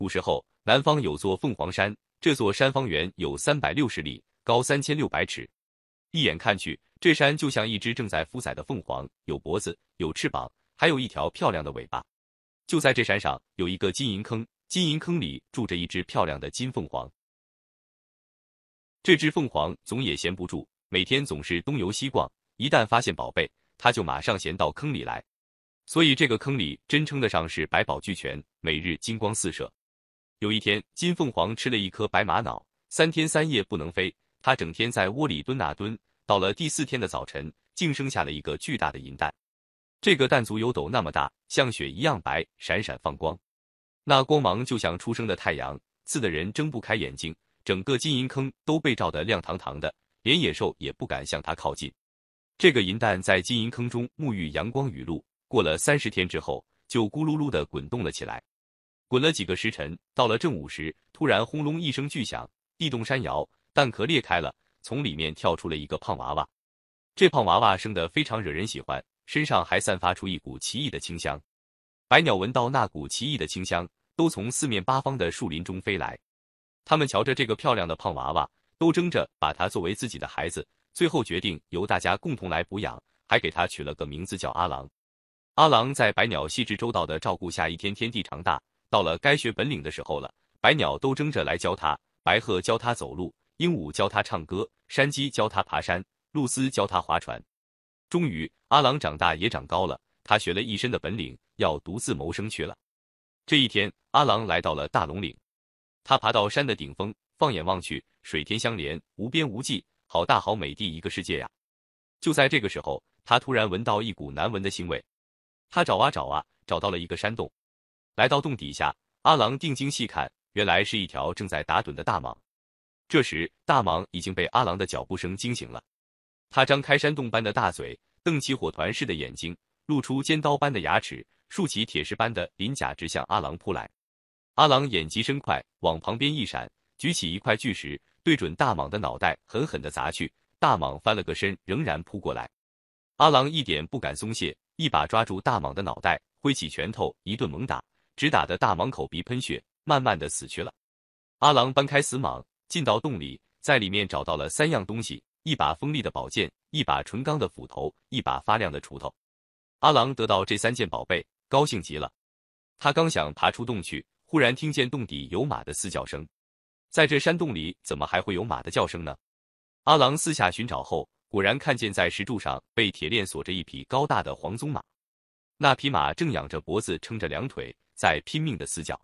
古时候，南方有座凤凰山，这座山方圆有360里，高3600尺。一眼看去，这山就像一只正在孵崽的凤凰，有脖子，有翅膀，还有一条漂亮的尾巴。就在这山上有一个金银坑，金银坑里住着一只漂亮的金凤凰。这只凤凰总也闲不住，每天总是东游西逛，一旦发现宝贝，它就马上衔到坑里来。所以这个坑里真称得上是百宝俱全，每日金光四射。有一天，金凤凰吃了一颗白玛瑙，3天3夜不能飞，它整天在窝里蹲啊蹲，到了第4天的早晨，竟生下了一个巨大的银蛋。这个蛋足有斗那么大，像雪一样白，闪闪放光，那光芒就像初升的太阳，刺得人睁不开眼睛，整个金银坑都被照得亮堂堂的，连野兽也不敢向它靠近。这个银蛋在金银坑中沐浴阳光雨露，过了30天之后，就咕噜噜地滚动了起来。滚了几个时辰，到了正午时，突然轰隆一声巨响，地动山摇，蛋壳裂开了，从里面跳出了一个胖娃娃。这胖娃娃生得非常惹人喜欢，身上还散发出一股奇异的清香。百鸟闻到那股奇异的清香，都从4面8方的树林中飞来。他们瞧着这个漂亮的胖娃娃，都争着把它作为自己的孩子，最后决定由大家共同来抚养，还给它取了个名字叫阿郎。阿郎在百鸟细致周到的照顾下，一天天地长大。到了该学本领的时候了，百鸟都争着来教他，白鹤教他走路，鹦鹉教他唱歌，山鸡教他爬山，鹭鸶教他划船。终于，阿郎长大也长高了，他学了一身的本领，要独自谋生去了。这一天，阿郎来到了大龙岭，他爬到山的顶峰，放眼望去，水天相连，无边无际，好大好美地一个世界呀！就在这个时候，他突然闻到一股难闻的腥味，他找啊找啊，找到了一个山洞。来到洞底下，阿郎定睛细看，原来是一条正在打盹的大蟒。这时，大蟒已经被阿郎的脚步声惊醒了，他张开山洞般的大嘴，瞪起火团似的眼睛，露出尖刀般的牙齿，竖起铁石般的鳞甲，直向阿郎扑来。阿郎眼疾身快，往旁边一闪，举起一块巨石，对准大蟒的脑袋狠狠地砸去。大蟒翻了个身，仍然扑过来。阿郎一点不敢松懈，一把抓住大蟒的脑袋，挥起拳头一顿猛打，直打得大蟒口鼻喷血，慢慢的死去了。阿郎搬开死蟒，进到洞里，在里面找到了3样东西，一把锋利的宝剑，一把纯钢的斧头，一把发亮的锄头。阿郎得到这3件宝贝，高兴极了。他刚想爬出洞去，忽然听见洞底有马的嘶叫声。在这山洞里，怎么还会有马的叫声呢？阿郎四下寻找后，果然看见在石柱上被铁链锁着一匹高大的黄鬃马。那匹马正仰着脖子，撑着2腿，在拼命的嘶叫。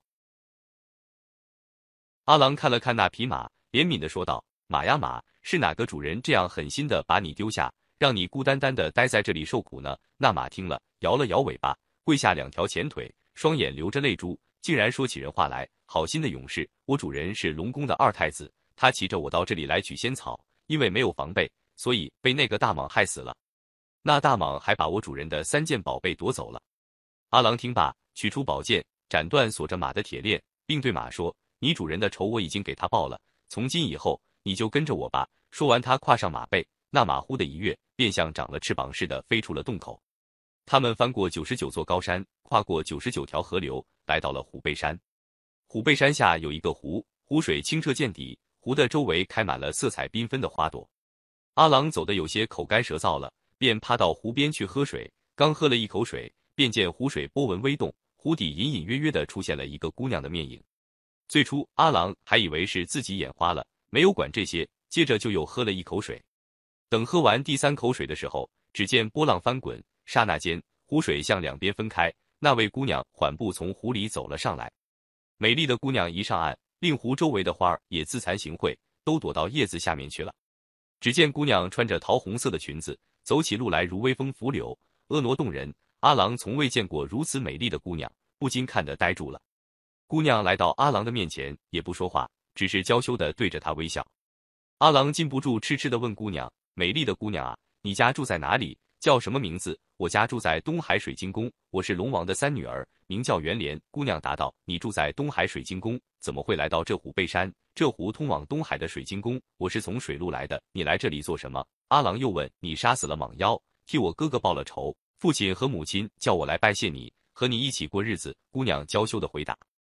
阿郎看了看那匹马，怜悯地说道：“马呀马，是哪个主人这样狠心的把你丢下，让你孤单单的待在这里受苦呢？”那马听了，摇了摇尾巴，跪下2条前腿，双眼流着泪珠，竟然说起人话来：“好心的勇士，我主人是龙宫的2太子，他骑着我到这里来取仙草，因为没有防备，所以被那个大蟒害死了。那大蟒还把我主人的3件宝贝夺走了。”阿郎听罢，取出宝剑，斩断锁着马的铁链，并对马说：“你主人的仇我已经给他报了，从今以后你就跟着我吧。”说完，他跨上马背，那马忽的一跃，便像长了翅膀似的飞出了洞口。他们翻过99座高山，跨过99条河流，来到了虎背山。虎背山下有一个湖，湖水清澈见底，湖的周围开满了色彩缤纷的花朵。阿郎走得有些口干舌燥了，便趴到湖边去喝水。刚喝了一口水，便见湖水波纹微动，湖底隐隐约约地出现了一个姑娘的面影。最初阿郎还以为是自己眼花了，没有管这些，接着就又喝了一口水。等喝完第3口水的时候，只见波浪翻滚，刹那间湖水向2边分开，那位姑娘缓步从湖里走了上来。美丽的姑娘一上岸，令湖周围的花儿也自惭形秽，都躲到叶子下面去了。只见姑娘穿着桃红色的裙子，走起路来如微风拂柳，婀娜动人。阿郎从未见过如此美丽的姑娘，不禁看得呆住了。姑娘来到阿郎的面前，也不说话，只是娇羞地对着他微笑。阿郎禁不住痴痴地问姑娘：“美丽的姑娘啊，你家住在哪里？叫什么名字？”“我家住在东海水晶宫，我是龙王的3女儿，名叫元莲。”姑娘答道：“你住在东海水晶宫，怎么会来到这虎背山？这湖通往东海的水晶宫，我是从水路来的，你来这里做什么？”阿郎又问：“你杀死了蟒妖，替我哥哥报了仇，父亲和母亲叫我来拜谢你，和你一起过日子。”姑娘娇羞地回答。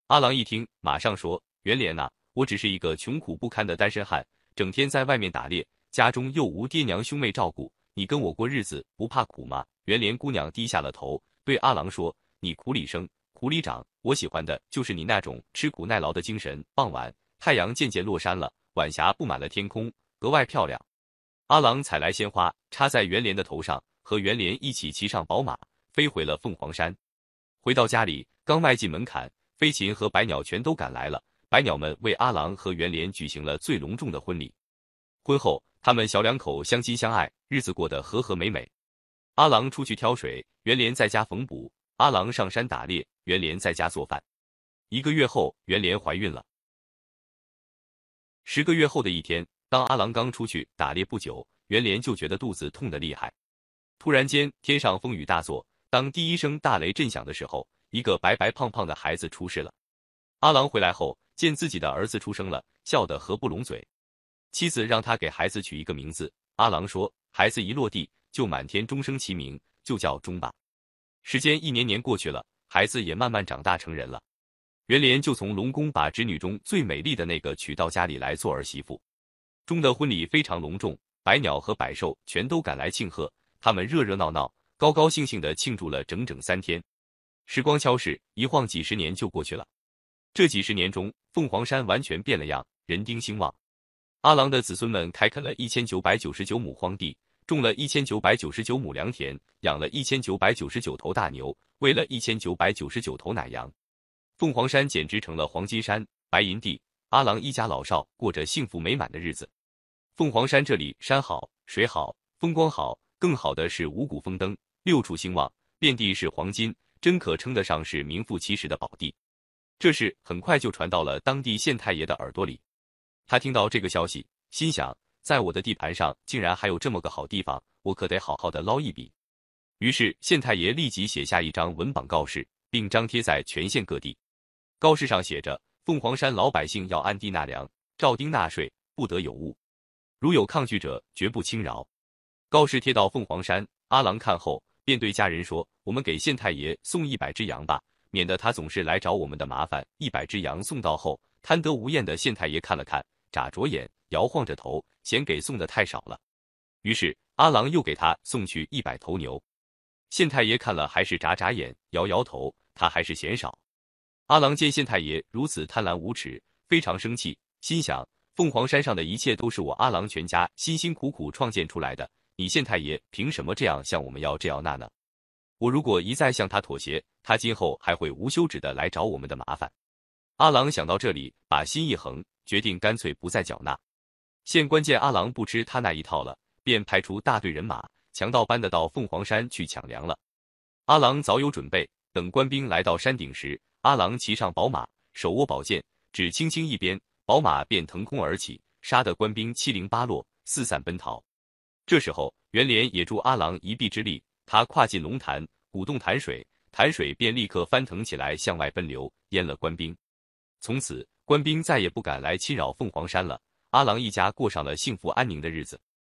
阿郎一听，马上说：“元莲呐，我只是一个穷苦不堪的单身汉，整天在外面打猎，家中又无爹娘兄妹照顾，你跟我过日子不怕苦吗？”元莲姑娘低下了头，对阿郎说：“你苦里生，苦里长，我喜欢的就是你那种吃苦耐劳的精神。”傍晚，太阳渐渐落山了，晚霞布满了天空，格外漂亮。阿郎采来鲜花，插在元莲的头上，和元莲一起骑上宝马，飞回了凤凰山。回到家里，刚迈进门槛，飞禽和百鸟全都赶来了。百鸟们为阿郎和元莲举行了最隆重的婚礼。婚后，他们小两口相亲相爱，日子过得和和美美。阿郎出去挑水，元莲在家缝补；阿郎上山打猎，元莲在家做饭。1个月后，元莲怀孕了。10个月后的一天，当阿郎刚出去打猎不久，元莲就觉得肚子痛得厉害。突然间，天上风雨大作，当第一声大雷震响的时候，一个白白胖胖的孩子出世了。阿郎回来后，见自己的儿子出生了，笑得合不拢嘴。妻子让他给孩子取一个名字，阿郎说，孩子一落地就满天钟声齐鸣，就叫钟吧。时间一年年过去了，孩子也慢慢长大成人了。元莲就从龙宫把侄女中最美丽的那个娶到家里来做儿媳妇。钟的婚礼非常隆重，百鸟和百兽全都赶来庆贺，他们热热闹闹，高高兴兴地庆祝了整整3天。时光悄逝，一晃几十年就过去了。这几十年中，凤凰山完全变了样，人丁兴旺。阿郎的子孙们开垦了1999亩荒地，种了1999亩良田，养了1999头大牛，喂了1999头奶羊。凤凰山简直成了黄金山、白银地，阿郎一家老少过着幸福美满的日子。凤凰山这里山好，水好，风光好，更好的是五谷丰登，6处兴旺，遍地是黄金，真可称得上是名副其实的宝地。这事很快就传到了当地县太爷的耳朵里。他听到这个消息，心想，在我的地盘上竟然还有这么个好地方，我可得好好的捞一笔。于是县太爷立即写下一张文榜告示，并张贴在全县各地。告示上写着，凤凰山老百姓要按地纳粮，照丁纳税，不得有误，如有抗拒者，绝不轻饶。告示贴到凤凰山，阿郎看后便对家人说，我们给县太爷送100只羊吧，免得他总是来找我们的麻烦。100只羊送到后，贪得无厌的县太爷看了看，眨着眼，摇晃着头，嫌给送的太少了。于是阿郎又给他送去100头牛。县太爷看了还是眨眨眼，摇摇头，他还是嫌少。阿郎见县太爷如此贪婪无耻，非常生气，心想，凤凰山上的一切都是我阿郎全家辛辛苦苦创建出来的，你县太爷凭什么这样向我们要这要那呢？我如果一再向他妥协，他今后还会无休止的来找我们的麻烦。阿郎想到这里，把心一横，决定干脆不再缴纳。县官见阿郎不吃他那一套了，便派出大队人马，强盗般的到凤凰山去抢粮了。阿郎早有准备，等官兵来到山顶时，阿郎骑上宝马，手握宝剑，只轻轻一鞭，宝马便腾空而起，杀得官兵七零八落，四散奔逃。这时候，元莲也助阿郎一臂之力，他跨进龙潭，鼓动潭水，潭水便立刻翻腾起来，向外奔流，淹了官兵。从此，官兵再也不敢来侵扰凤凰山了。阿郎一家过上了幸福安宁的日子。